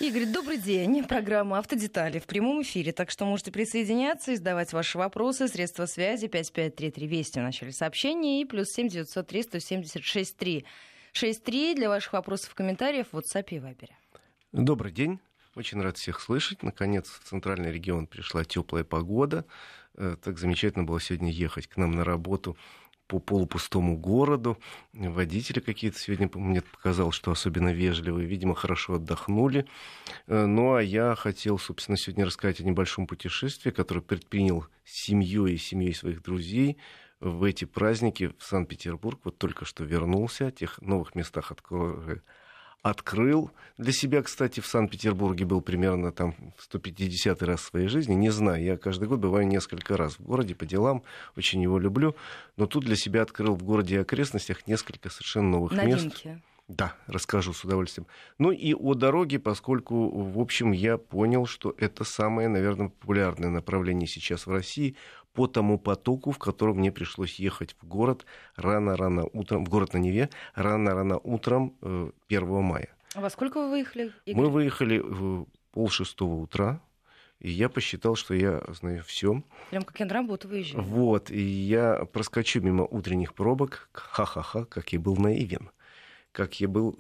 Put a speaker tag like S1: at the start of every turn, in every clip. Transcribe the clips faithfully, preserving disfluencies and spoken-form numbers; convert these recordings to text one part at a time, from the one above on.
S1: Игорь, добрый день. Программа «Автодетали» в прямом эфире, так что можете присоединяться и задавать ваши вопросы. Средства связи пять пять три три Вести в начале сообщения и плюс семь девятьсот три сто семьдесят шесть три шесть три для ваших вопросов и комментариев в WhatsApp и Viber.
S2: Добрый день. Очень рад всех слышать. Наконец в центральный регион пришла теплая погода. Так замечательно было сегодня ехать к нам на работу по полупустому городу. Водители какие-то сегодня, мне показалось, что особенно вежливые. Видимо, хорошо отдохнули. Ну, а я хотел, собственно, сегодня рассказать о небольшом путешествии, которое предпринял с семьей и семьей своих друзей в эти праздники в Санкт-Петербург. Вот только что вернулся, о тех новых местах открою. Открыл для себя, кстати, в Санкт-Петербурге был примерно там в сто пятидесятый раз в своей жизни. Не знаю, я каждый год бываю несколько раз в городе по делам, очень его люблю. Но тут для себя открыл в городе и окрестностях несколько совершенно новых
S1: Новинки.
S2: мест. Да, расскажу с удовольствием. Ну и о дороге, поскольку, в общем, я понял, что это самое, наверное, популярное направление сейчас в России по тому потоку, в котором мне пришлось ехать в город рано-рано утром, в город на Неве, рано-рано утром первого мая.
S1: А во сколько вы выехали, Игорь?
S2: Мы выехали в полшестого утра. И я посчитал, что я знаю все.
S1: Прям как я на работу выезжаю.
S2: Вот, и я проскочу мимо утренних пробок, ха-ха-ха, как я был наивен. Как я был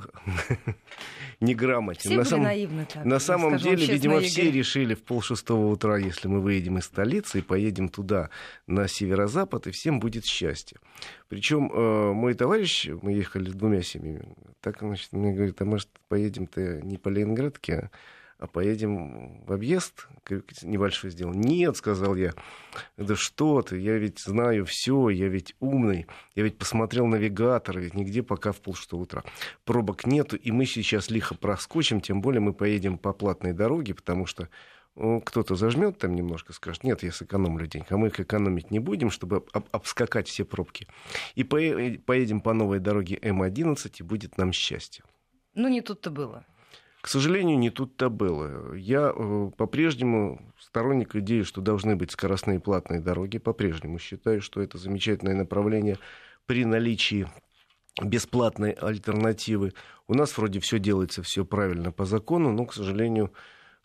S2: неграмотен.
S1: Все
S2: на
S1: были
S2: сам...
S1: наивны так.
S2: На самом деле,
S1: честно,
S2: видимо,
S1: Игорь.
S2: все решили в полшестого утра, если мы выедем из столицы и поедем туда, на северо-запад, и всем будет счастье. Причем э, мой товарищ, мы ехали двумя семьями, так, значит, мне говорит, а может, поедем-то не по Ленинградке, а а поедем в объезд небольшой сделал. Нет, сказал я, да что ты, я ведь знаю все, я ведь умный, я ведь посмотрел навигатор, ведь нигде пока в полшестого утра пробок нету, и мы сейчас лихо проскочим, тем более мы поедем по платной дороге, потому что ну, кто-то зажмет там немножко, скажет, нет, я сэкономлю денег, а мы их экономить не будем, чтобы об- обскакать все пробки. И по- поедем по новой дороге эм одиннадцать, и будет нам счастье.
S1: Ну, не тут-то было.
S2: К сожалению, не тут-то было. Я э, по-прежнему сторонник идеи, что должны быть скоростные платные дороги. По-прежнему считаю, что это замечательное направление при наличии бесплатной альтернативы. У нас вроде все делается, все правильно по закону, но, к сожалению,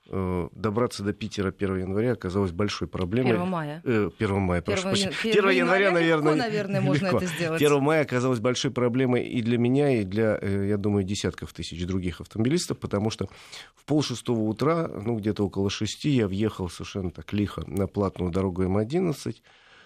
S2: э, добраться до Питера первого января оказалось большой проблемой.
S1: первого мая.
S2: Э, первого мая, прошу
S1: первого
S2: прощения.
S1: первого
S2: января, наверное,
S1: легко, наверное, можно
S2: легко.
S1: это сделать.
S2: первого мая оказалось большой проблемой и для меня, и для, я думаю, десятков тысяч других автомобилистов, потому что в полшестого утра, ну, где-то около шести, я въехал совершенно так лихо на платную дорогу эм одиннадцать.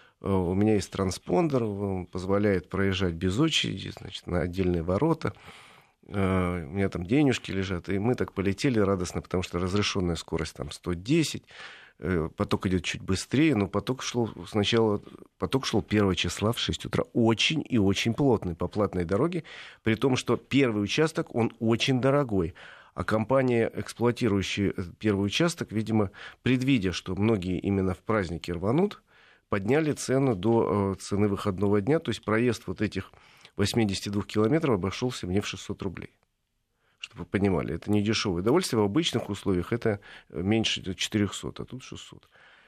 S2: У меня есть транспондер, он позволяет проезжать без очереди, значит, на отдельные ворота. У меня там денежки лежат, и мы так полетели радостно, потому что разрешенная скорость там сто десять, поток идет чуть быстрее, но поток шел сначала, поток шел первого числа в шесть утра, очень и очень плотный по платной дороге, при том, что первый участок, он очень дорогой. А компания, эксплуатирующая первый участок, видимо, предвидя, что многие именно в праздники рванут, подняли цену до цены выходного дня, то есть проезд вот этих восемьдесят два километров обошелся мне в шестьсот рублей. Чтобы вы понимали, это не дешевое удовольствие. В обычных условиях это меньше четырехсот, а тут шестьсот.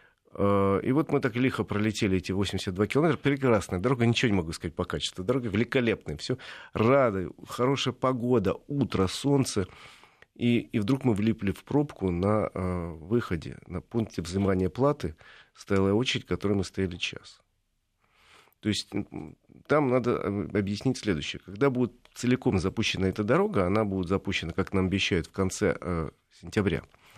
S2: И вот мы так лихо пролетели эти восемьдесят два километра. Прекрасная дорога, ничего не могу сказать по качеству. Дорога великолепная, все рады, хорошая погода, утро, солнце. И, и вдруг мы влипли в пробку на э, выходе, на пункте взимания платы. Стояла очередь, в которой мы стояли час. То есть там надо объяснить следующее. Когда будет целиком запущена эта дорога, она будет запущена, как нам обещают, в конце э, сентября.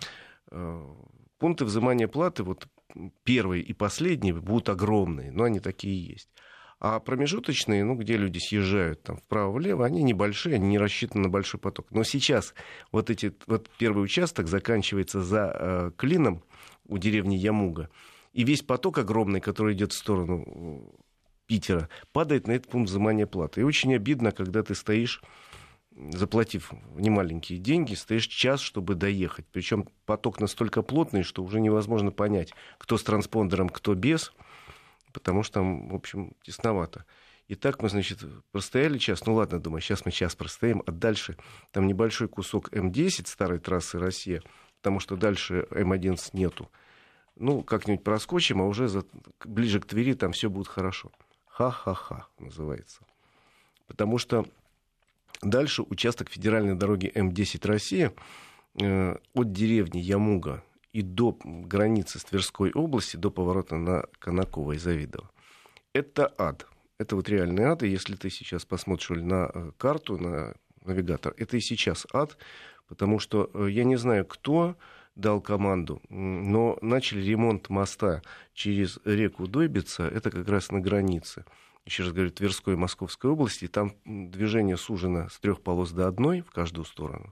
S2: Э, пункты взимания платы, вот первые и последние, будут огромные, но они такие и есть. А промежуточные, ну, где люди съезжают там вправо-влево, они небольшие, они не рассчитаны на большой поток. Но сейчас вот, эти, вот первый участок заканчивается за э, клином у деревни Ямуга, и весь поток огромный, который идет в сторону Питера, падает на этот пункт взимания платы. И очень обидно, когда ты стоишь, заплатив немаленькие деньги, стоишь час, чтобы доехать. Причем поток настолько плотный, что уже невозможно понять, кто с транспондером, кто без, потому что там, в общем, тесновато. И так мы, значит, простояли час. Ну ладно, думаю, сейчас мы час простоим, а дальше там небольшой кусок эм десять, старой трассы «Россия», потому что дальше эм одиннадцать нету. Ну, как-нибудь проскочим, а уже за... ближе к Твери там все будет хорошо. Ха-ха-ха называется. Потому что дальше участок федеральной дороги эм десять «Россия», от деревни Ямуга и до границы с Тверской области, до поворота на Конаково и Завидово, это ад. Это вот реальный ад. И если ты сейчас посмотришь на карту, на навигатор, это и сейчас ад, потому что я не знаю, кто дал команду, но начали ремонт моста через реку Дойбица, это как раз на границе, еще раз говорю, Тверской и Московской области, там движение сужено с трех полос до одной в каждую сторону.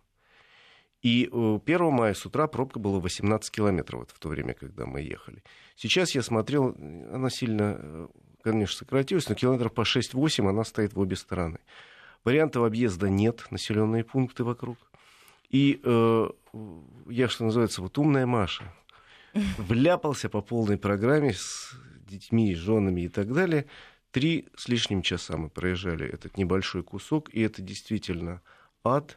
S2: И первого мая с утра пробка была восемнадцать километров, вот в то время, когда мы ехали. Сейчас я смотрел, она сильно, конечно, сократилась, но километров по шесть-восемь она стоит в обе стороны. Вариантов объезда нет, населенные пункты вокруг. И э, я, что называется, вот умная Маша, вляпался по полной программе с детьми, с женами и так далее. Три с лишним часа мы проезжали этот небольшой кусок, и это действительно ад.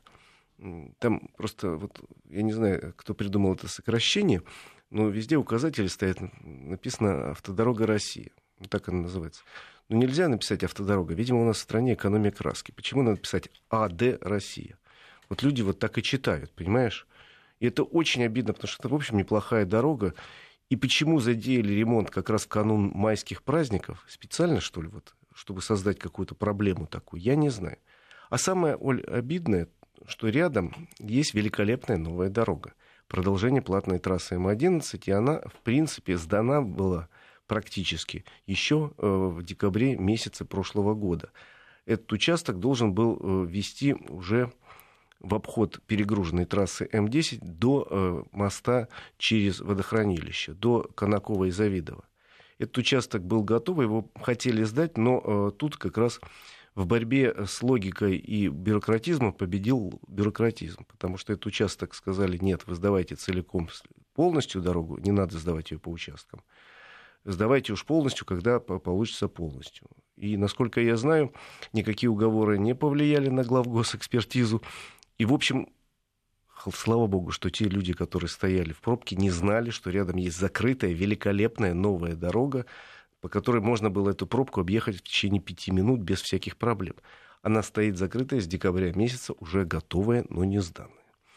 S2: Там просто, вот, я не знаю, кто придумал это сокращение, но везде указатели стоят, написано «Автодорога России». Вот так она называется. Но нельзя написать «Автодорога». Видимо, у нас в стране экономия краски. Почему надо писать «АД Россия»? Вот люди вот так и читают, понимаешь? И это очень обидно, потому что это, в общем, неплохая дорога. И почему задеяли ремонт как раз в канун майских праздников? Специально, что ли, вот, чтобы создать какую-то проблему такую? Я не знаю. А самое, Оль, обидное, что рядом есть великолепная новая дорога. Продолжение платной трассы Эм одиннадцать, и она, в принципе, сдана была практически еще в декабре месяце прошлого года. Этот участок должен был вести уже в обход перегруженной трассы Эм десять до э, моста через водохранилище, до Конакова и Завидово. Этот участок был готов, его хотели сдать, но э, тут как раз в борьбе с логикой и бюрократизмом победил бюрократизм, потому что этот участок сказали, нет, вы сдавайте целиком полностью дорогу, не надо сдавать ее по участкам. Сдавайте уж полностью, когда получится полностью. И, насколько я знаю, никакие уговоры не повлияли на главгосэкспертизу. И, в общем, слава богу, что те люди, которые стояли в пробке, не знали, что рядом есть закрытая, великолепная новая дорога, по которой можно было эту пробку объехать в течение пяти минут без всяких проблем. Она стоит закрытая с декабря месяца, уже готовая, но не сданная.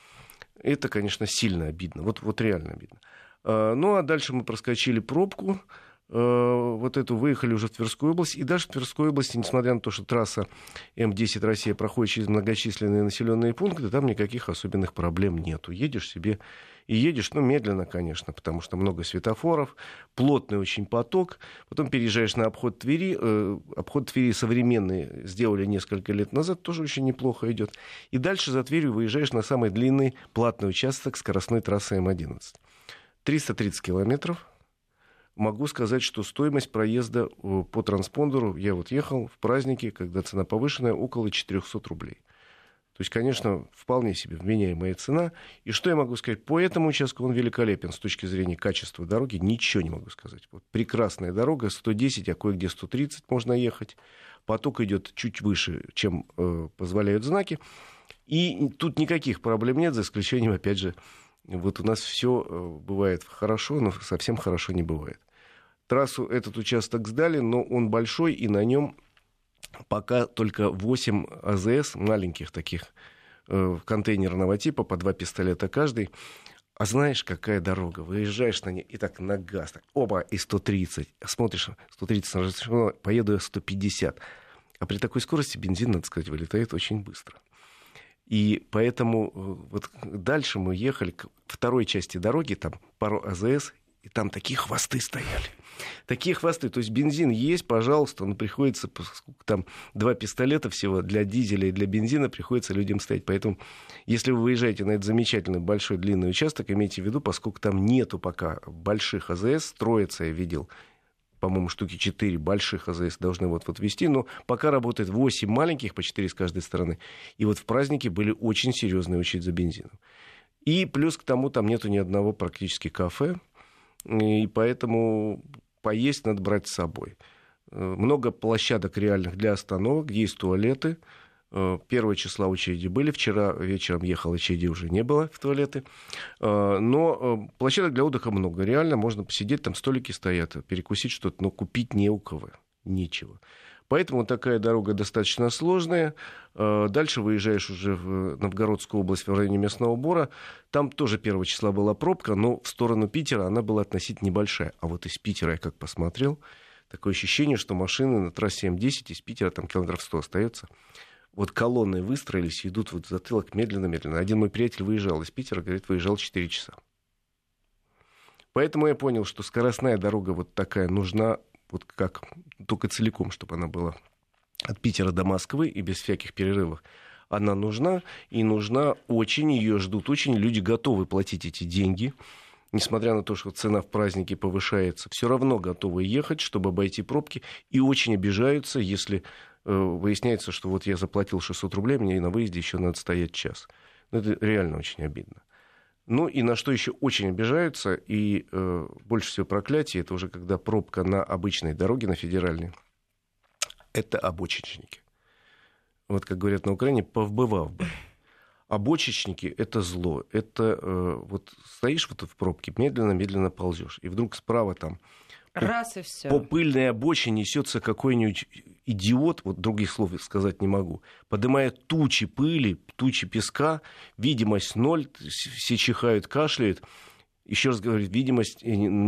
S2: Это, конечно, сильно обидно. Вот, вот реально обидно. Ну, а дальше мы проскочили пробку. Вот эту, выехали уже в Тверскую область. И даже в Тверской области, несмотря на то, что трасса Эм десять Россия проходит через многочисленные населенные пункты, там никаких особенных проблем нету. Едешь себе и едешь, ну, медленно, конечно, потому что много светофоров, плотный очень поток. Потом переезжаешь на обход Твери. Обход Твери современный сделали несколько лет назад, тоже очень неплохо идет. И дальше за Тверью выезжаешь на самый длинный платный участок скоростной трассы Эм одиннадцать. триста тридцать километров. Могу сказать, что стоимость проезда по транспондеру, я вот ехал в праздники, когда цена повышенная, около четыреста рублей. То есть, конечно, вполне себе вменяемая цена. И что я могу сказать? По этому участку он великолепен с точки зрения качества дороги. Ничего не могу сказать. Вот прекрасная дорога, сто десять, а кое-где сто тридцать можно ехать. Поток идет чуть выше, чем э, позволяют знаки. И тут никаких проблем нет, за исключением, опять же, вот у нас все бывает хорошо, но совсем хорошо не бывает. Трассу, этот участок сдали, но он большой, и на нем пока только восемь А Зэ Эс, маленьких таких, э, контейнерного типа, по два пистолета каждый. А знаешь, какая дорога? Выезжаешь на ней, и так на газ, так, оба, и сто тридцать. Смотришь, сто тридцать разрешено, поеду я сто пятьдесят. А при такой скорости бензин, надо сказать, вылетает очень быстро. И поэтому вот дальше мы ехали к второй части дороги, там пару А Зэ Эс, и там такие хвосты стояли. Такие хвосты. То есть бензин есть, пожалуйста, но приходится, поскольку там два пистолета всего для дизеля и для бензина, приходится людям стоять. Поэтому, если вы выезжаете на этот замечательный большой длинный участок, имейте в виду, поскольку там нету пока больших А Зэ Эс, строится, я видел, по-моему, штуки четыре больших А Зэ Эс должны вот-вот вести, но пока работает восемь маленьких, по четыре с каждой стороны. И вот в праздники были очень серьезные очереди за бензином. И плюс к тому, там нету ни одного практически кафе, и поэтому поесть надо брать с собой. Много площадок реальных для остановок, где есть туалеты. Первого числа очереди были, вчера вечером ехал, очереди уже не было в туалеты. Но площадок для отдыха много. Реально можно посидеть, там столики стоят, перекусить что-то, но купить не у кого, нечего. Поэтому такая дорога достаточно сложная. Дальше выезжаешь уже в Новгородскую область в районе Мясного Бора. Там тоже первого числа была пробка, но в сторону Питера она была относительно небольшая. А вот из Питера я как посмотрел, такое ощущение, что машины на трассе эм десять из Питера там километров сто остается. Вот колонны выстроились, идут вот в затылок медленно-медленно. Один мой приятель выезжал из Питера, говорит, выезжал четыре часа. Поэтому я понял, что скоростная дорога вот такая нужна, вот как только целиком, чтобы она была от Питера до Москвы и без всяких перерывов. Она нужна, и нужна очень, ее ждут очень, люди готовы платить эти деньги. Несмотря на то, что цена в празднике повышается, все равно готовы ехать, чтобы обойти пробки, и очень обижаются, если э, выясняется, что вот я заплатил шестьсот рублей, мне и на выезде еще надо стоять час. Ну, это реально очень обидно. Ну и на что еще очень обижаются, и э, больше всего проклятие, это уже когда пробка на обычной дороге, на федеральной, это обочечники. Вот как говорят на Украине, повбывав бы. Обочечники — это зло. Это э, вот стоишь вот в пробке, медленно-медленно ползешь, и вдруг справа там
S1: Раз и все.
S2: По пыльной обочине несется какой-нибудь идиот, вот других слов сказать не могу, поднимает тучи пыли, тучи песка, видимость ноль, все чихают, кашляют. Еще раз говорю, видимость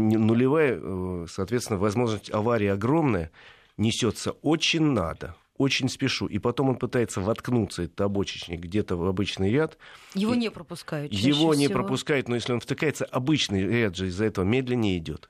S2: нулевая, соответственно, возможность аварии огромная, несется очень надо. Очень спешу. И потом он пытается воткнуться, этот обочечник, где-то в обычный ряд.
S1: Его не пропускают.
S2: Его не
S1: всего.
S2: пропускают, но если он втыкается, обычный ряд же из-за этого медленнее идет.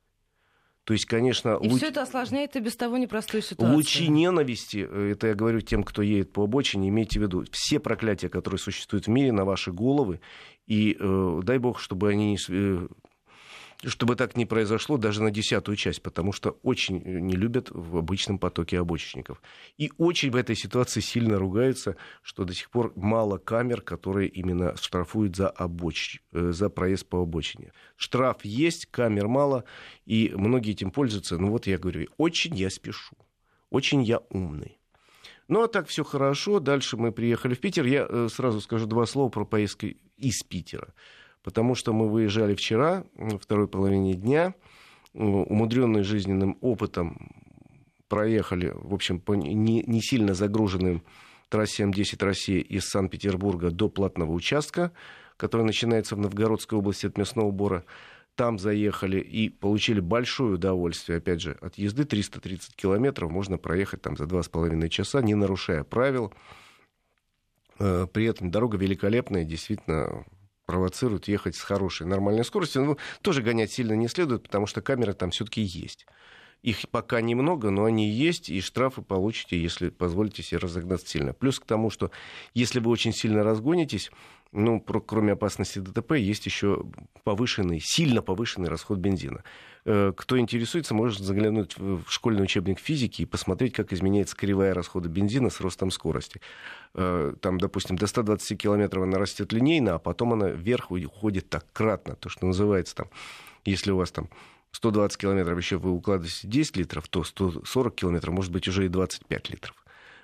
S2: То есть, конечно...
S1: И
S2: луч...
S1: все это осложняет и без того непростую ситуацию.
S2: Лучи ненависти, это я говорю тем, кто едет по обочине, имейте в виду, все проклятия, которые существуют в мире, на ваши головы. И э, дай бог, чтобы они... Э, чтобы так не произошло даже на десятую часть, потому что очень не любят в обычном потоке обочечников. И очень в этой ситуации сильно ругаются, что до сих пор мало камер, которые именно штрафуют за, обоч... за проезд по обочине. Штраф есть, камер мало, и многие этим пользуются. Ну вот я говорю, очень я спешу, очень я умный. Ну а так все хорошо, дальше мы приехали в Питер. Я сразу скажу два слова про поездку из Питера. Потому что мы выезжали вчера, во второй половине дня, умудренные жизненным опытом, проехали, в общем, по не, не сильно загруженным трассе эм десять Россия из Санкт-Петербурга до платного участка, который начинается в Новгородской области от Мясного Бора. Там заехали и получили большое удовольствие, опять же, от езды триста тридцать километров, можно проехать там за два с половиной часа, не нарушая правил. При этом дорога великолепная, действительно... провоцируют ехать с хорошей, нормальной скоростью. Но тоже гонять сильно не следует, потому что камеры там все-таки есть. Их пока немного, но они есть, и штрафы получите, если позволите себе разогнаться сильно. Плюс к тому, что если вы очень сильно разгонитесь, ну, кроме опасности ДТП, есть еще повышенный, сильно повышенный расход бензина. Кто интересуется, может заглянуть в школьный учебник физики и посмотреть, как изменяется кривая расхода бензина с ростом скорости. Там, допустим, до ста двадцати километров она растет линейно, а потом она вверх уходит так кратно, то, что называется там, если у вас там сто двадцать километров еще вы укладываете десять литров, то сто сорок километров может быть уже и двадцать пять литров.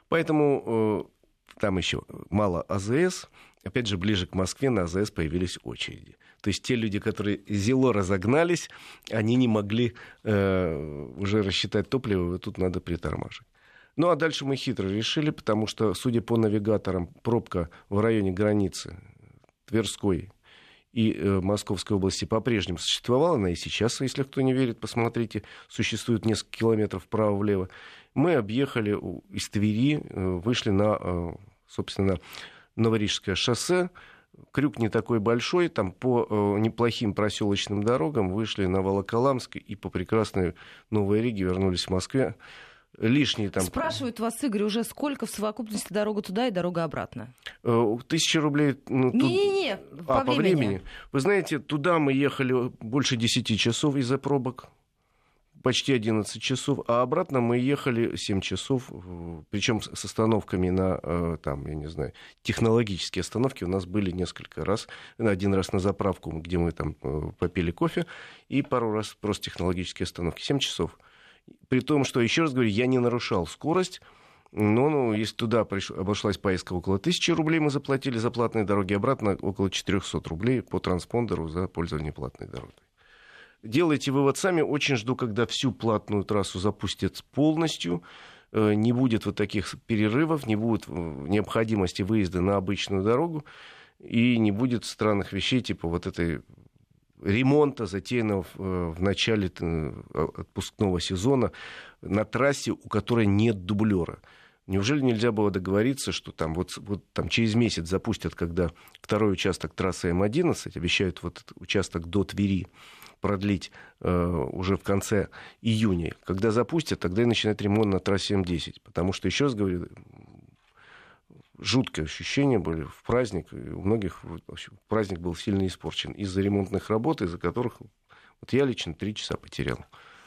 S2: Поэтому э, там еще мало АЗС. Опять же, ближе к Москве на АЗС появились очереди. То есть те люди, которые зело разогнались, они не могли э, уже рассчитать топливо, и тут надо притормаживать. Ну, а дальше мы хитро решили, потому что, судя по навигаторам, пробка в районе границы Тверской и э, Московской области по-прежнему существовала. Она и сейчас, если кто не верит, посмотрите, существует несколько километров вправо-влево. Мы объехали из Твери, э, вышли на, э, собственно, Новорижское шоссе. Крюк не такой большой, там по э, неплохим проселочным дорогам вышли на Волоколамск и по прекрасной Новой Риге вернулись в Москве. Лишние там...
S1: Спрашивают вас, Игорь, уже сколько в совокупности дорога туда и дорога обратно?
S2: Тысяча рублей... Ну, тут...
S1: Не-не-не, по,
S2: а,
S1: времени.
S2: по времени. Вы знаете, туда мы ехали больше десяти часов из-за пробок. Почти одиннадцать часов, а обратно мы ехали семь часов, причем с остановками на, там, я не знаю, технологические остановки у нас были несколько раз. Один раз на заправку, где мы там попили кофе, и пару раз просто технологические остановки. семь часов. При том, что, еще раз говорю, я не нарушал скорость, но ну, если туда приш... обошлась поездка около тысячи рублей, мы заплатили за платные дороги, обратно около четыреста рублей по транспондеру за пользование платной дорогой. Делайте вывод сами. Очень жду, когда всю платную трассу запустят полностью. не будет вот таких перерывов, не будет необходимости выезда на обычную дорогу, и не будет странных вещей, типа вот этой ремонта, затеянного в начале отпускного сезона на трассе, у которой нет дублера. Неужели нельзя было договориться, что там, вот, вот, там через месяц запустят, когда второй участок трассы эм одиннадцать, обещают вот этот участок до Твери продлить э, уже в конце июня. Когда запустят, тогда и начинать ремонт на трассе эм десять. Потому что, еще раз говорю, жуткое ощущение были в праздник. И у многих общем, праздник был сильно испорчен из-за ремонтных работ, из-за которых вот я лично три часа потерял.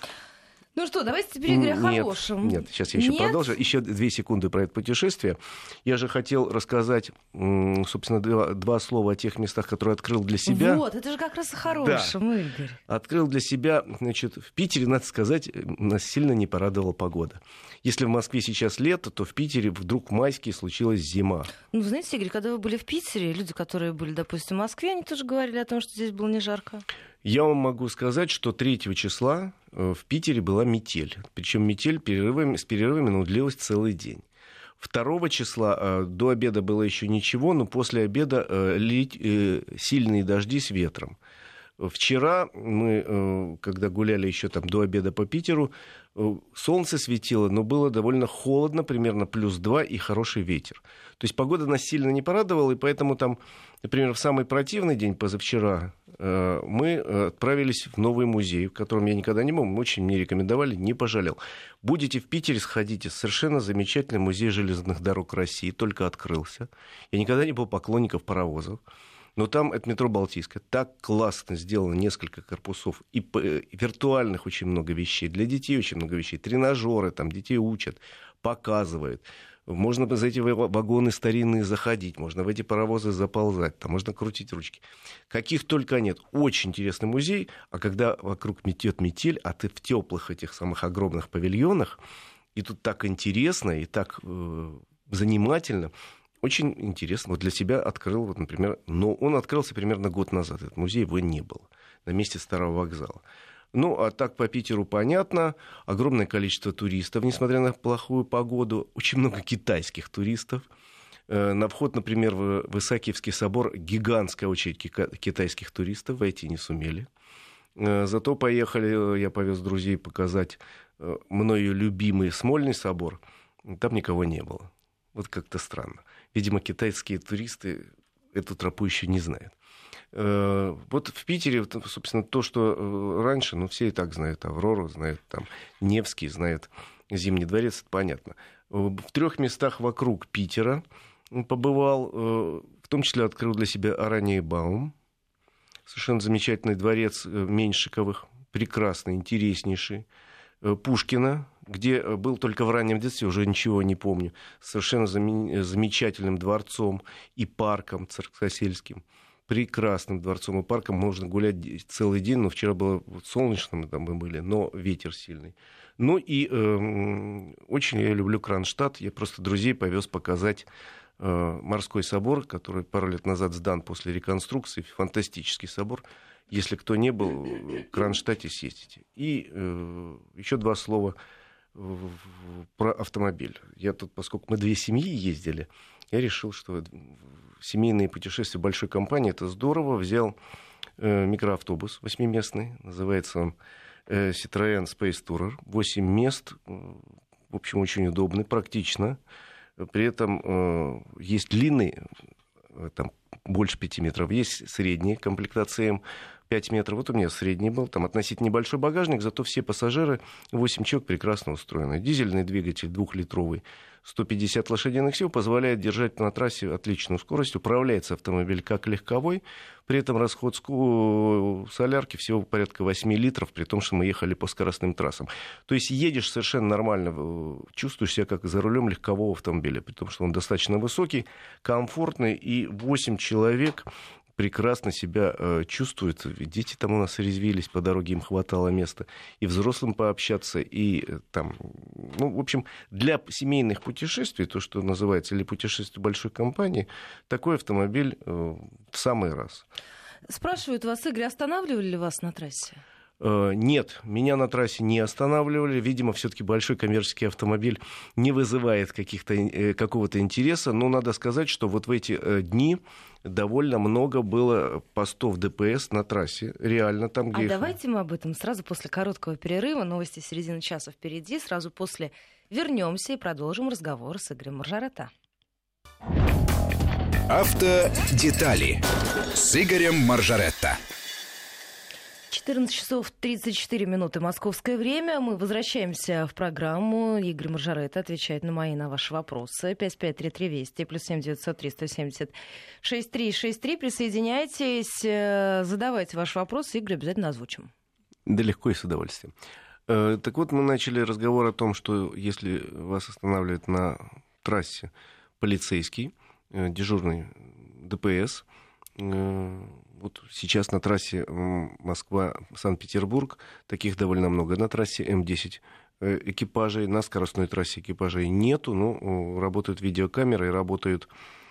S1: Ну что, давайте теперь, Игорь, о хорошем.
S2: Нет, сейчас я еще
S1: Нет?
S2: продолжу. Еще две секунды про это путешествие. Я же хотел рассказать, собственно, два, два слова о тех местах, которые открыл для себя.
S1: Вот, это же как раз о хорошем, да. Игорь.
S2: Открыл для себя, значит, в Питере, надо сказать, нас сильно не порадовала погода. Если в Москве сейчас лето, то в Питере вдруг в майске случилась зима.
S1: Ну, знаете, Игорь, когда вы были в Питере, люди, которые были, допустим, в Москве, они тоже говорили о том, что здесь было не жарко.
S2: Я вам могу сказать, что третьего числа в Питере была метель. Причем метель перерывами, с перерывами ну, длилась целый день. Второго числа до обеда было еще ничего, но после обеда лить, сильные дожди с ветром. Вчера мы, когда гуляли еще там до обеда по Питеру, солнце светило, но было довольно холодно, примерно плюс два и хороший ветер. То есть погода нас сильно не порадовала, и поэтому там, например, в самый противный день, позавчера, мы отправились в новый музей, в котором я никогда не был, очень мне рекомендовали, не пожалел. Будете в Питере, сходите, совершенно замечательный музей железных дорог России, только открылся. Я никогда не был поклонником паровозов. Но там это метро Балтийское. Так классно сделано, несколько корпусов. И, и виртуальных очень много вещей. Для детей очень много вещей. Тренажеры, там детей учат, показывают. Можно за эти вагоны старинные заходить. Можно в эти паровозы заползать. Там можно крутить ручки. Каких только нет. Очень интересный музей. А когда вокруг метет метель, а ты в теплых этих самых огромных павильонах, и тут так интересно, и так э, занимательно. Очень интересно. Вот для себя открыл, вот, например, но он открылся примерно год назад. Этот музей, его не было. На месте старого вокзала. Ну, а так по Питеру понятно. Огромное количество туристов, несмотря на плохую погоду. Очень много китайских туристов. На вход, например, в Исаакиевский собор гигантская очередь китайских туристов. Войти не сумели. Зато поехали, я повез друзей показать мною любимый Смольный собор. Там никого не было. Вот как-то странно. Видимо, китайские туристы эту тропу еще не знают. Вот в Питере, собственно, то, что раньше, ну, все и так знают Аврору, знают там Невский, знают Зимний дворец, это понятно. В трех местах вокруг Питера побывал, в том числе открыл для себя Ораниебаум, совершенно замечательный дворец Меньшиковых, прекрасный, интереснейший. Пушкина, где был только в раннем детстве, уже ничего не помню, совершенно замечательным дворцом и парком царскосельским, прекрасным дворцом и парком, можно гулять целый день, но вчера было солнечно, мы там были, но ветер сильный. Ну и э, очень я люблю Кронштадт, я просто друзей повез показать э, морской собор, который пару лет назад сдан после реконструкции, фантастический собор. Если кто не был, в Кронштадте съездите. И э, еще два слова про автомобиль. Я тут, поскольку мы две семьи ездили, я решил, что семейные путешествия большой компании — это здорово. Взял э, микроавтобус восьмиместный, называется он э, Citroën Space Tourer. Восемь мест, в общем, очень удобный, практично. При этом э, есть длинный, там, больше пяти метров, есть средние комплектации М, пять метров. Вот у меня средний был, там относительно небольшой багажник, зато все пассажиры, восемь человек, прекрасно устроены. Дизельный двигатель двухлитровый, сто пятьдесят лошадиных сил, позволяет держать на трассе отличную скорость. Управляется автомобиль как легковой, при этом расход солярки всего порядка восемь литров, при том, что мы ехали по скоростным трассам. То есть едешь совершенно нормально, чувствуешь себя как за рулем легкового автомобиля, при том, что он достаточно высокий, комфортный, и восемь человек прекрасно себя э, чувствуют. Дети там у нас резвились, по дороге им хватало места. И взрослым пообщаться, и э, там... Ну, в общем, для семейных путешествий, то, что называется, или путешествий большой компании, такой автомобиль э, в самый раз.
S1: Спрашивают вас, Игорь, останавливали ли вас на трассе?
S2: Нет, меня на трассе не останавливали. Видимо, все-таки большой коммерческий автомобиль не вызывает каких-то, какого-то интереса. Но надо сказать, что вот в эти дни довольно много было постов ДПС на трассе. Реально там, где...
S1: А
S2: их...
S1: давайте мы об этом сразу после короткого перерыва. Новости середины часа впереди. Сразу после вернемся и продолжим разговор с Игорем Маржаретта.
S3: Автодетали с Игорем Маржаретта.
S1: четырнадцать часов тридцать четыре минуты московское время. Мы возвращаемся в программу. Игорь Маржаретта отвечает на мои, на ваши вопросы. пять пять три три Вести, плюс семь девятьсот три сто семьдесят шесть три шесть три. Присоединяйтесь, задавайте ваши вопросы. Игорь обязательно озвучим.
S2: Да легко и с удовольствием. Так вот, мы начали разговор о том, что если вас останавливает на трассе полицейский, дежурный ДПС, вот сейчас на трассе Москва-Санкт-Петербург таких довольно много. На трассе эм десять экипажей, на скоростной трассе экипажей нету, но работают видеокамеры, работают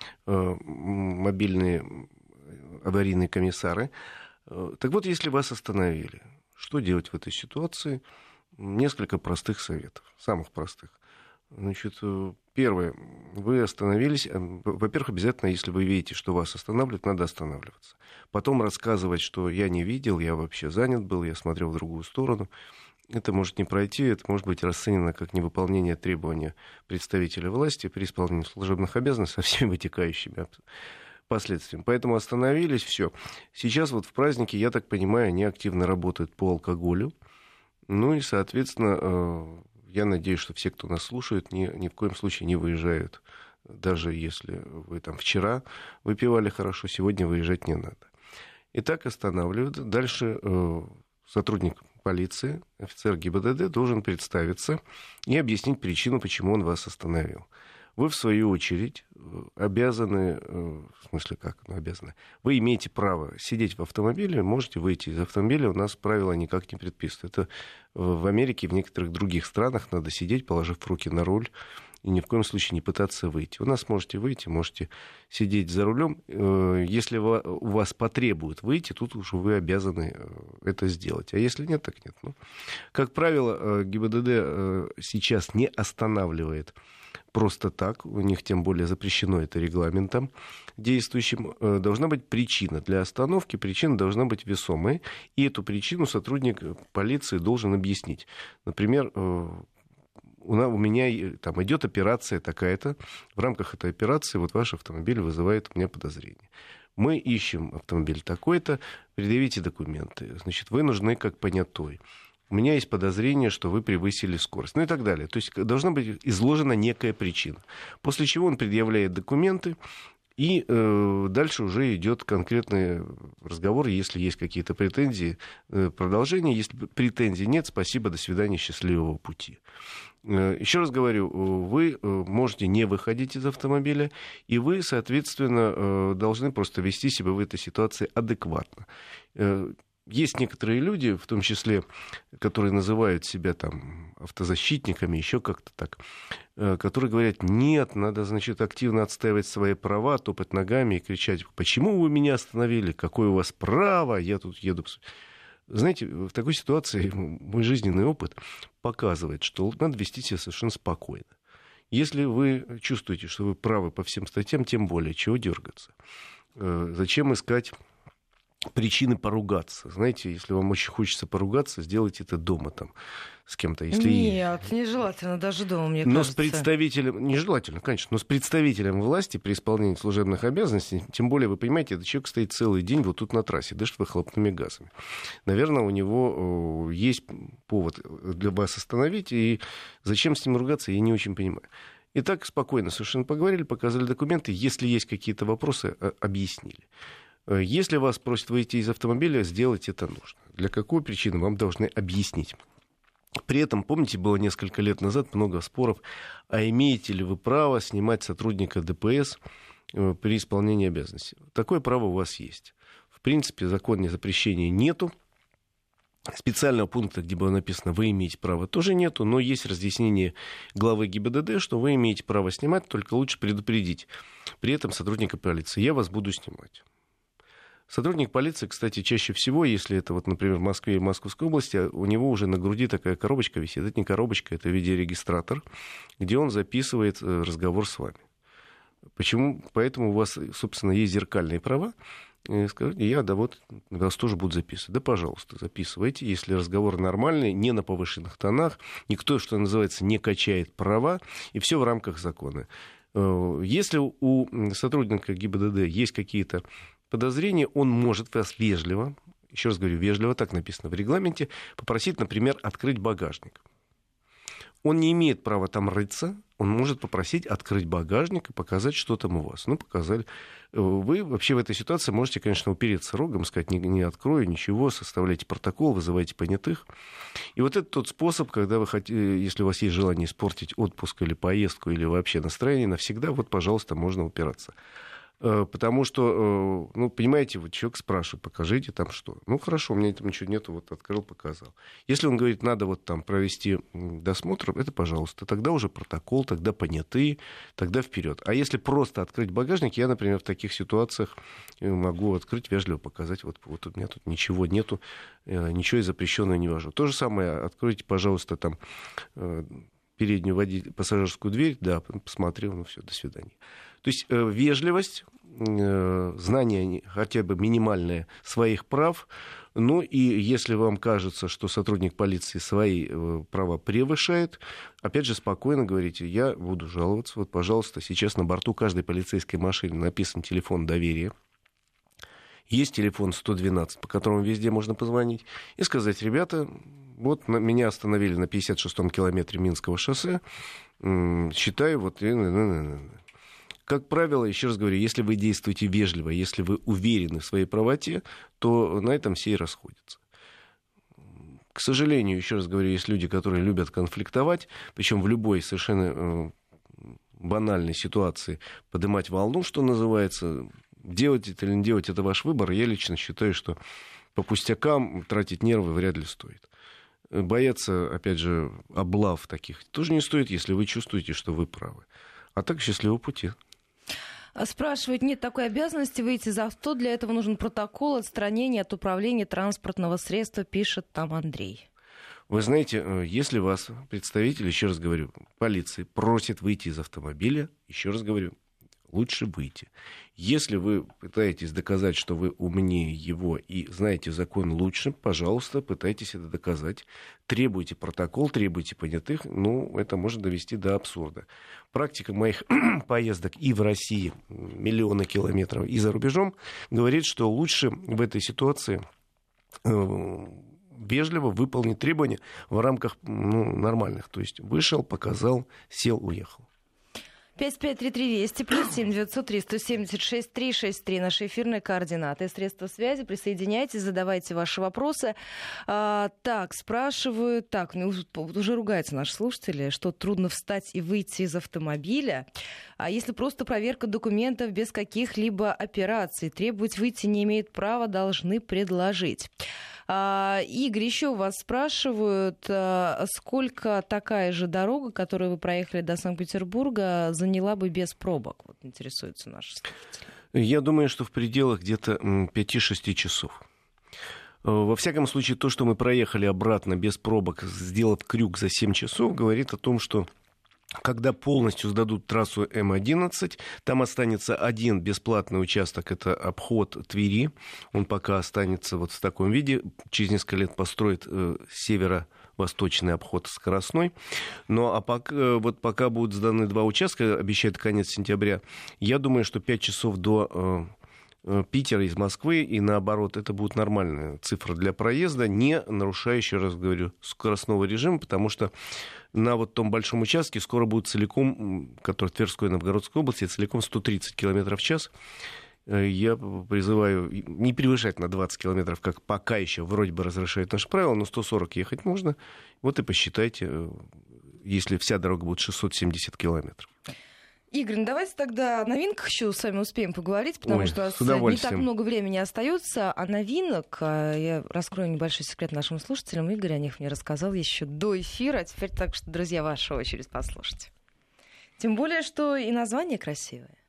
S2: мобильные аварийные комиссары. Так вот, если вас остановили, что делать в этой ситуации? Несколько простых советов, самых простых. Значит, первое, вы остановились. Во-первых, обязательно, если вы видите, что вас останавливают, надо останавливаться. Потом рассказывать, что я не видел, я вообще занят был, я смотрел в другую сторону. Это может не пройти, это может быть расценено как невыполнение требования представителя власти при исполнении служебных обязанностей со всеми вытекающими последствиями. Поэтому остановились, все. Сейчас вот в праздники, я так понимаю, они активно работают по алкоголю. Ну и, соответственно, я надеюсь, что все, кто нас слушает, ни, ни в коем случае не выезжают. Даже если вы там вчера выпивали хорошо, сегодня выезжать не надо. Итак, останавливают. Дальше э, сотрудник полиции, офицер ГИБДД должен представиться и объяснить причину, почему он вас остановил. Вы, в свою очередь, обязаны, в смысле как, ну, обязаны, вы имеете право сидеть в автомобиле, можете выйти из автомобиля, у нас правила никак не предписывают. Это в Америке и в некоторых других странах надо сидеть, положив руки на руль, и ни в коем случае не пытаться выйти. У нас можете выйти, можете сидеть за рулем. Если у вас потребуют выйти, тут уже вы обязаны это сделать. А если нет, так нет. Ну, как правило, ГИБДД сейчас не останавливает просто так, у них тем более запрещено это регламентом действующим. Должна быть причина для остановки, причина должна быть весомой, и эту причину сотрудник полиции должен объяснить. Например, у меня там идет операция такая-то, в рамках этой операции вот ваш автомобиль вызывает у меня подозрение. Мы ищем автомобиль такой-то, предъявите документы, значит, вы нужны как понятой. У меня есть подозрение, что вы превысили скорость, ну и так далее. То есть должна быть изложена некая причина. После чего он предъявляет документы, и э, дальше уже идет конкретный разговор, если есть какие-то претензии, э, продолжение. Если претензий нет, спасибо, до свидания, счастливого пути. Э, еще раз говорю, вы можете не выходить из автомобиля, и вы, соответственно, э, должны просто вести себя в этой ситуации адекватно. Э, Есть некоторые люди, в том числе, которые называют себя там автозащитниками, еще как-то так, которые говорят, нет, надо, значит, активно отстаивать свои права, топать ногами и кричать, почему вы меня остановили, какое у вас право, я тут еду. Знаете, в такой ситуации мой жизненный опыт показывает, что надо вести себя совершенно спокойно. Если вы чувствуете, что вы правы по всем статьям, тем более, чего дергаться. Зачем искать причины поругаться? Знаете, если вам очень хочется поругаться, сделайте это дома там с кем-то. Если...
S1: Нет, нежелательно даже дома, мне
S2: но
S1: кажется.
S2: с представителем, нежелательно, конечно, но с представителем власти при исполнении служебных обязанностей, тем более, вы понимаете, этот человек стоит целый день вот тут на трассе, дышит выхлопными газами. Наверное, у него есть повод для вас остановить, и зачем с ним ругаться, я не очень понимаю. Итак, спокойно совершенно поговорили, показали документы, если есть какие-то вопросы, объяснили. Если вас просят выйти из автомобиля, сделать это нужно. Для какой причины, вам должны объяснить. При этом, помните, было несколько лет назад много споров, а имеете ли вы право снимать сотрудника ДПС при исполнении обязанностей. Такое право у вас есть. В принципе, законного запрещения нету. Специального пункта, где было написано «вы имеете право», тоже нету, но есть разъяснение главы ГИБДД, что вы имеете право снимать, только лучше предупредить при этом сотрудника полиции. Я вас буду снимать. Сотрудник полиции, кстати, чаще всего, если это, вот, например, в Москве и Московской области, у него уже на груди такая коробочка висит. Это не коробочка, это видеорегистратор, где он записывает разговор с вами. Почему? Поэтому у вас, собственно, есть зеркальные права. И скажите, я, да вот, вас тоже буду записывать. Да, пожалуйста, записывайте, если разговор нормальный, не на повышенных тонах, никто, что называется, не качает права, и все в рамках закона. Если у сотрудника ГИБДД есть какие-то подозрения, он может вас вежливо, еще раз говорю, вежливо, так написано в регламенте, попросить, например, открыть багажник. Он не имеет права там рыться, он может попросить открыть багажник и показать, что там у вас. Ну, показали. Вы вообще в этой ситуации можете, конечно, упереться рогом, сказать, не, не открою ничего, составляйте протокол, вызывайте понятых. И вот это тот способ, когда вы хотите, если у вас есть желание испортить отпуск или поездку, или вообще настроение навсегда, вот, пожалуйста, можно упираться. Потому что, ну, понимаете, вот человек спрашивает, покажите там что. Ну, хорошо, у меня там ничего нету, вот открыл, показал. Если он говорит, надо вот там провести досмотр, это пожалуйста. Тогда уже протокол, тогда понятые, тогда вперед. А если просто открыть багажник, я, например, в таких ситуациях могу открыть, вежливо показать, вот, вот у меня тут ничего нету, ничего я запрещенного не вожу. То же самое, откройте, пожалуйста, там переднюю водитель, пассажирскую дверь, да, посмотрел, ну все, до свидания. То есть э, вежливость, э, знание хотя бы минимальное своих прав, ну и если вам кажется, что сотрудник полиции свои э, права превышает, опять же спокойно говорите, я буду жаловаться, вот, пожалуйста, сейчас на борту каждой полицейской машины написан телефон доверия. Есть телефон сто двенадцать, по которому везде можно позвонить, и сказать, ребята, вот на, меня остановили на пятьдесят шестом километре Минского шоссе, м- считаю, вот... Как правило, еще раз говорю, если вы действуете вежливо, если вы уверены в своей правоте, то на этом все и расходятся. К сожалению, еще раз говорю, есть люди, которые любят конфликтовать, причем в любой совершенно банальной ситуации поднимать волну, что называется. Делать это или не делать, это ваш выбор. Я лично считаю, что по пустякам тратить нервы вряд ли стоит. Бояться, опять же, облав таких тоже не стоит, если вы чувствуете, что вы правы. А так счастливого пути.
S1: Спрашивают, нет такой обязанности выйти из авто, для этого нужен протокол отстранения от управления транспортного средства, пишет там Андрей.
S2: Вы знаете, если вас представитель, еще раз говорю, полиции просит выйти из автомобиля, еще раз говорю, лучше выйти. Если вы пытаетесь доказать, что вы умнее его и знаете закон лучше, пожалуйста, пытайтесь это доказать. Требуйте протокол, требуйте понятых. Ну, это может довести до абсурда. Практика моих поездок и в России, миллионы километров, и за рубежом, говорит, что лучше в этой ситуации э, вежливо выполнить требования в рамках ну, нормальных. То есть вышел, показал, сел, уехал.
S1: пять пять три три Вести, плюс семь девятьсот три сто семьдесят шесть три шесть три. Наши эфирные координаты. Средства связи. Присоединяйтесь, задавайте ваши вопросы. А, так, спрашивают. Так, ну, уже ругаются наши слушатели, что трудно встать и выйти из автомобиля. А если просто проверка документов без каких-либо операций, требовать выйти не имеют права, должны предложить. А, Игорь, еще у вас спрашивают, а, сколько такая же дорога, которую вы проехали до Санкт-Петербурга, заняла бы без пробок? Вот интересуются наши слушатели.
S2: Я думаю, что в пределах где-то пять-шесть часов. Во всяком случае, то, что мы проехали обратно без пробок, сделав крюк за семь часов, говорит о том, что когда полностью сдадут трассу эм одиннадцать, там останется один бесплатный участок, это обход Твери. Он пока останется вот в таком виде. Через несколько лет построят э, северо-восточный обход скоростной. Ну а пока, вот пока будут сданы два участка, обещают конец сентября, я думаю, что пять часов до... Э, Питера из Москвы и наоборот, это будет нормальная цифра для проезда, не нарушающая, раз говорю, скоростного режима, потому что на вот том большом участке скоро будет целиком, который в Тверской и Новгородской области, целиком сто тридцать километров в час. Я призываю не превышать на двадцать километров, как пока еще вроде бы разрешают наши правила, но сто сорок ехать можно. Вот и посчитайте, если вся дорога будет шестьсот семьдесят километров.
S1: Игорь, ну давайте тогда о новинках еще с вами успеем поговорить, потому
S2: Ой,
S1: что у нас не так много времени остается. А новинок, я раскрою небольшой секрет нашим слушателям. Игорь о них мне рассказал еще до эфира. А теперь так что, друзья, ваша очередь послушать. Тем более, что и название красивое.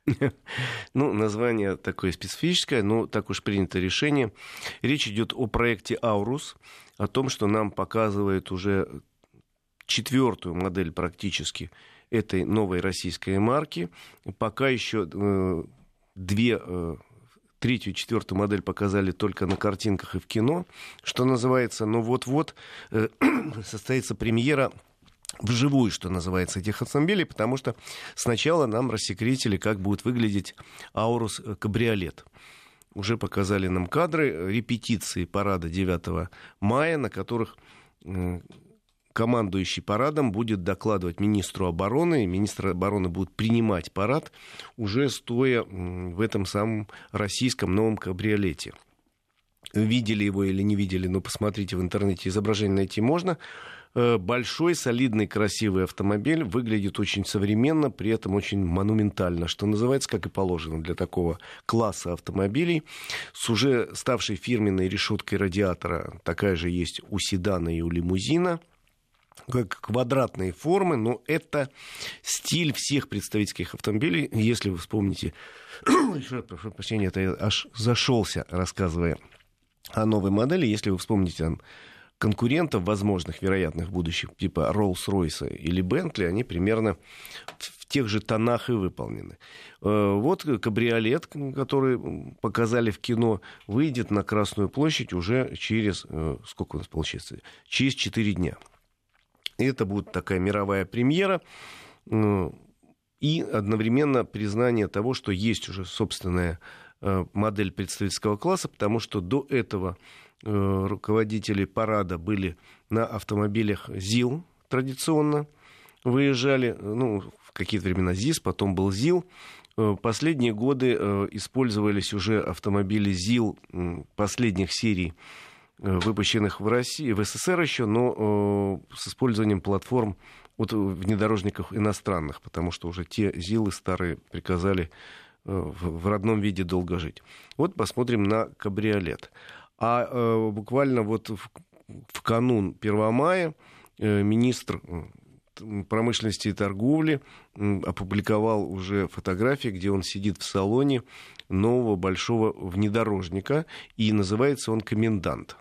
S2: Ну, название такое специфическое, но так уж принято решение. Речь идет о проекте «Аурус», о том, что нам показывает уже четвертую модель практически этой новой российской марки. Пока еще э, две, э, третью и четвертую модель показали только на картинках и в кино, что называется. Но вот-вот э, состоится премьера вживую, что называется, этих автомобилей, потому что сначала нам рассекретили, как будет выглядеть «Аурус Кабриолет». Уже показали нам кадры репетиции парада девятого мая, на которых командующий парадом будет докладывать министру обороны, и министр обороны будет принимать парад, уже стоя в этом самом российском новом кабриолете. Видели его или не видели, но посмотрите в интернете, изображение найти можно. Большой, солидный, красивый автомобиль, выглядит очень современно, при этом очень монументально, что называется, как и положено для такого класса автомобилей. С уже ставшей фирменной решеткой радиатора, такая же есть у седана и у лимузина. Как квадратные формы, но это стиль всех представительских автомобилей. Если вы вспомните, прошу прощения, это я аж зашелся, рассказывая о новой модели. Если вы вспомните там конкурентов, возможных, вероятных будущих, типа Rolls-Royce или Bentley, они примерно в тех же тонах и выполнены. Вот кабриолет, который показали в кино, выйдет на Красную площадь уже через, сколько у нас получается, через четыре дня. Это будет такая мировая премьера и одновременно признание того, что есть уже собственная модель представительского класса, потому что до этого руководители парада были на автомобилях ЗИЛ традиционно, выезжали, ну, в какие-то времена ЗИС, потом был ЗИЛ. Последние годы использовались уже автомобили ЗИЛ последних серий, выпущенных в России, в СССР еще, но с использованием платформ от внедорожников иностранных, потому что уже те ЗИЛы старые приказали в родном виде долго жить. Вот посмотрим на кабриолет. А э, буквально вот в, в канун первого мая э, министр промышленности и торговли э, опубликовал уже фотографии, где он сидит в салоне нового большого внедорожника, и называется он «Комендант».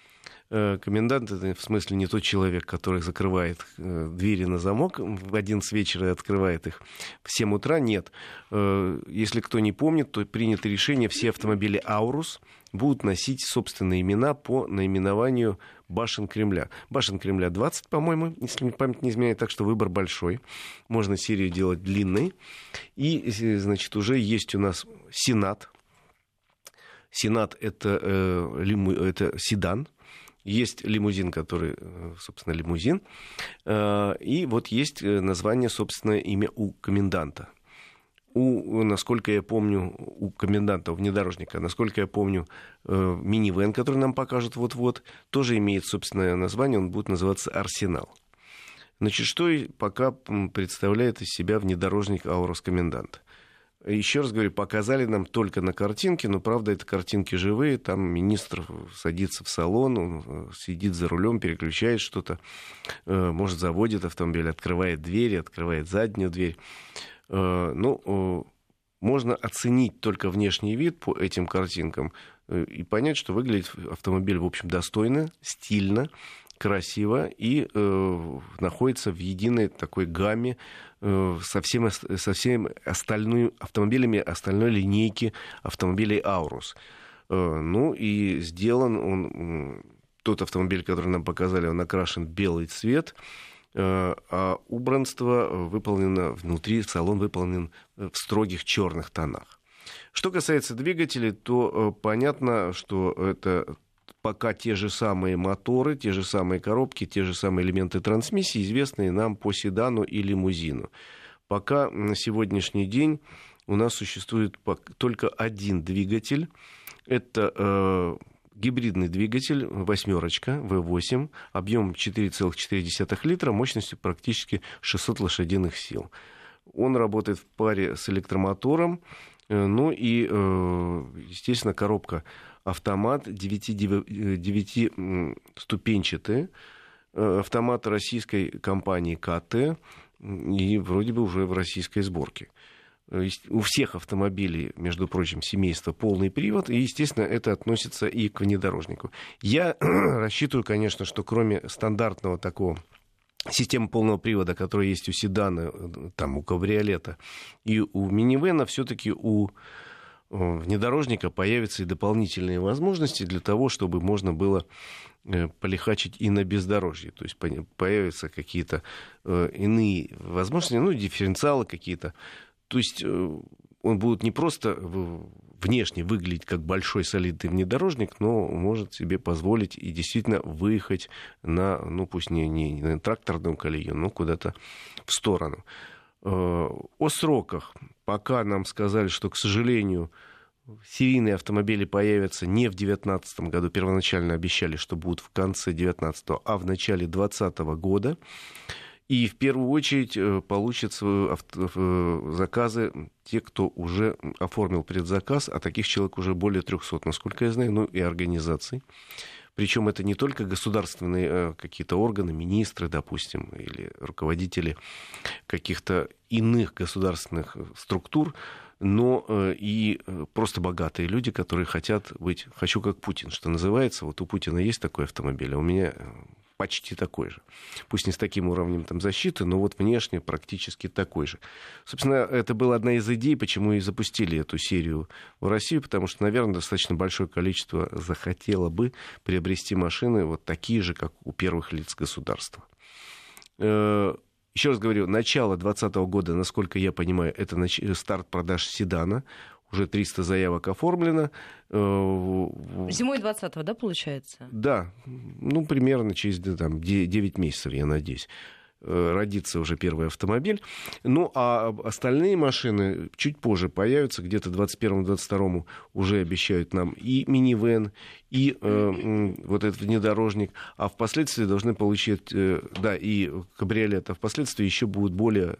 S2: Э, комендант — это в смысле не тот человек, который закрывает э, двери на замок в одиннадцать вечера и открывает их в семь утра. Нет. Э, если кто не помнит, то принято решение, все автомобили «Аурус» будут носить собственные имена по наименованию башен Кремля. Башен Кремля двадцать, по-моему, если память не изменяет, так что выбор большой. Можно серию делать длинной. И, значит, уже есть у нас Сенат. Сенат — это, э, лиму, это седан. Есть лимузин, который, собственно, лимузин. Э, и вот есть название, собственное имя у коменданта. У, насколько я помню, у коменданта, у внедорожника, насколько я помню, э, минивэн, который нам покажут вот-вот, тоже имеет собственное название, он будет называться «Арсенал». Значит, что пока представляет из себя внедорожник «Аурус Комендант»? Еще раз говорю, показали нам только на картинке, но, правда, это картинки живые, там министр садится в салон, он сидит за рулем, переключает что-то, э, может, заводит автомобиль, открывает двери, открывает заднюю дверь. Ну, можно оценить только внешний вид по этим картинкам и понять, что выглядит автомобиль, в общем, достойно, стильно, красиво и э, находится в единой такой гамме э, со, всем, со всеми остальными автомобилями остальной линейки автомобилей «Аурус». Э, ну, и сделан он, тот автомобиль, который нам показали, он окрашен в белый цвет, а убранство выполнено внутри, салон выполнен в строгих черных тонах. Что касается двигателей, то понятно, что это пока те же самые моторы, те же самые коробки, те же самые элементы трансмиссии, известные нам по седану и лимузину. Пока на сегодняшний день у нас существует только один двигатель. Это гибридный двигатель «восьмерочка» вэ восемь, объемом четыре целых четыре десятых литра, мощностью практически шестьсот лошадиных сил. Он работает в паре с электромотором, ну и, естественно, коробка автомат девятиступенчатая, автомат российской компании ка тэ и вроде бы уже в российской сборке. у всех автомобилей, между прочим, семейства полный привод, и, естественно, это относится и к внедорожнику. Я рассчитываю, конечно, что кроме стандартного такого системы полного привода, которая есть у седана, там, у кабриолета и у минивэна, все-таки у внедорожника появятся и дополнительные возможности для того, чтобы можно было полихачить и на бездорожье. То есть появятся какие-то иные возможности, ну, дифференциалы какие-то. То есть он будет не просто внешне выглядеть как большой солидный внедорожник, но может себе позволить и действительно выехать на, ну пусть не, не на тракторную колею, но куда-то в сторону. О сроках. Пока нам сказали, что, к сожалению, серийные автомобили появятся не в две тысячи девятнадцатом году. Первоначально обещали, что будут в конце две тысячи девятнадцатого, а в начале две тысячи двадцатого года. И в первую очередь получат заказы те, кто уже оформил предзаказ, а таких человек уже более трехсот, насколько я знаю, ну и организаций. Причем это не только государственные какие-то органы, министры, допустим, или руководители каких-то иных государственных структур, но и просто богатые люди, которые хотят быть, хочу как Путин, что называется. Вот у Путина есть такой автомобиль, а у меня почти такой же. Пусть не с таким уровнем там, защиты, но вот внешне практически такой же. Собственно, это была одна из идей, почему и запустили эту серию в Россию, потому что, наверное, достаточно большое количество захотело бы приобрести машины вот такие же, как у первых лиц государства. Еще раз говорю, начало двадцатого года, насколько я понимаю, это старт продаж седана. Уже триста заявок оформлено.
S1: Зимой двадцатого, да, получается?
S2: Да, ну, примерно через там, девять месяцев, я надеюсь, родится уже первый автомобиль. Ну, а остальные машины чуть позже появятся, где-то двадцать первому двадцать второму уже обещают нам и минивэн, и э, вот этот внедорожник, а впоследствии должны получить, э, да, и кабриолет, а впоследствии еще будет более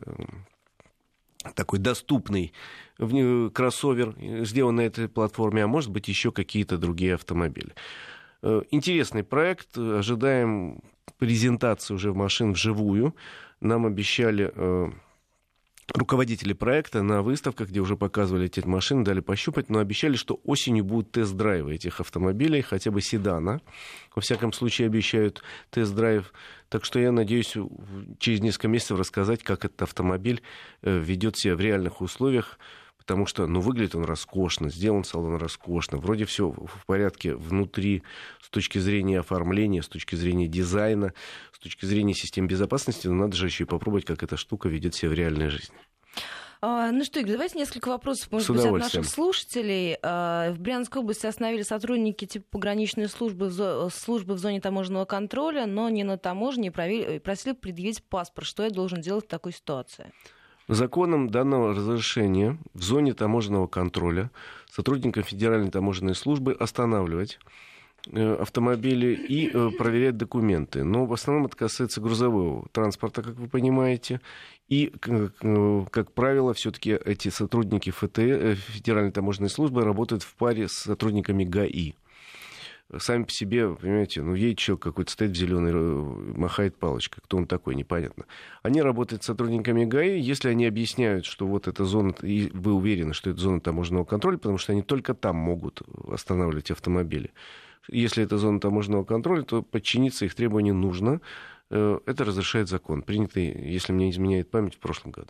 S2: э, такой доступный кроссовер, сделан на этой платформе, а может быть еще какие-то другие автомобили. Интересный проект, ожидаем презентации уже машин вживую. Нам обещали э, руководители проекта на выставках, где уже показывали эти машины, дали пощупать, но обещали, что осенью будут тест-драйвы этих автомобилей, хотя бы седана. Во всяком случае, обещают тест-драйв. Так что я надеюсь через несколько месяцев рассказать, как этот автомобиль э, ведет себя в реальных условиях. Потому что, ну, выглядит он роскошно, сделан салон роскошно, вроде все в порядке внутри с точки зрения оформления, с точки зрения дизайна, с точки зрения системы безопасности, но надо же еще и попробовать, как эта штука ведет себя в реальной жизни.
S1: А, ну что, Игорь, давайте несколько вопросов, может быть, от наших слушателей. А, в Брянской области остановили сотрудники типа пограничной службы, службы в зоне таможенного контроля, но не на таможне, и просили предъявить паспорт. Что я должен делать в такой ситуации?
S2: Законом данного разрешения в зоне таможенного контроля сотрудникам Федеральной таможенной службы останавливать автомобили и проверять документы. Но в основном это касается грузового транспорта, как вы понимаете. И, как правило, все-таки эти сотрудники ФТ, Федеральной таможенной службы, работают в паре с сотрудниками ГАИ. Сами по себе, понимаете, ну, едет человек какой-то, стоит в зеленой, махает палочкой. Кто он такой, непонятно. Они работают с сотрудниками ГАИ, если они объясняют, что вот эта зона, и вы уверены, что это зона таможенного контроля, потому что они только там могут останавливать автомобили. Если это зона таможенного контроля, то подчиниться их требованиям нужно. Это разрешает закон, принятый, если мне не изменяет память, в прошлом году.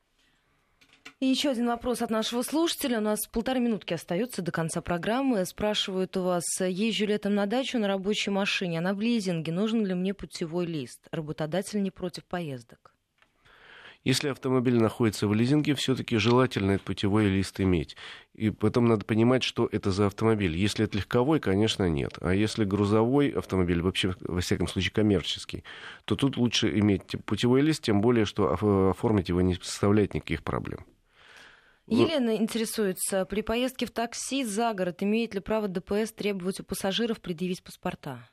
S1: И еще один вопрос от нашего слушателя. У нас полторы минутки остается до конца программы. Спрашивают у вас: езжу летом на дачу на рабочей машине, она в лизинге, нужен ли мне путевой лист? Работодатель не против поездок.
S2: Если автомобиль находится в лизинге, все-таки желательно этот путевой лист иметь. И потом надо понимать, что это за автомобиль. Если это легковой, конечно, нет. А если грузовой автомобиль, вообще, во всяком случае, коммерческий, то тут лучше иметь путевой лист, тем более, что оформить его не составляет никаких проблем.
S1: Елена интересуется, при поездке в такси за город имеет ли право ДПС требовать у пассажиров предъявить паспорта?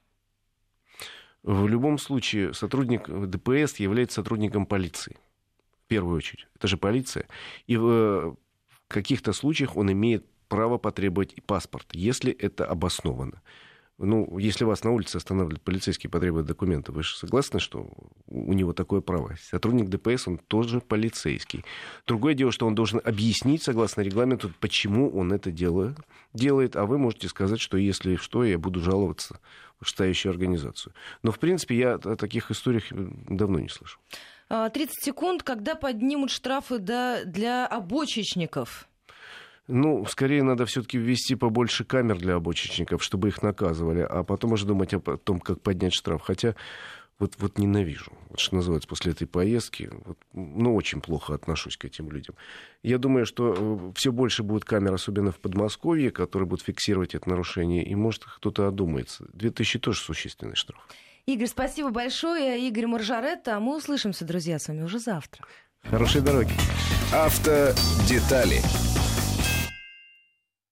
S2: В любом случае, сотрудник ДПС является сотрудником полиции. В первую очередь. Это же полиция. И в каких-то случаях он имеет право потребовать и паспорт, если это обосновано. Ну, если вас на улице останавливает полицейский и потребует документы, вы же согласны, что у него такое право? Сотрудник ДПС, он тоже полицейский. Другое дело, что он должен объяснить, согласно регламенту, почему он это делает, делает, а вы можете сказать, что если что, я буду жаловаться в вышестоящую организацию. Но, в принципе, я о таких историях давно не слышал.
S1: тридцать секунд, когда поднимут штрафы для обочечников?
S2: Ну, скорее надо все-таки ввести побольше камер для обочечников, чтобы их наказывали, а потом уже думать о том, как поднять штраф. Хотя вот, вот ненавижу, вот что называется, после этой поездки, вот, ну, очень плохо отношусь к этим людям. Я думаю, что все больше будет камер, особенно в Подмосковье, которые будут фиксировать это нарушение, и, может, кто-то одумается. две тысячи тоже существенный штраф.
S1: Игорь, спасибо большое. Игорь Маржаретта. А мы услышимся, друзья, с вами уже завтра.
S2: Хорошей дороги.
S3: Автодетали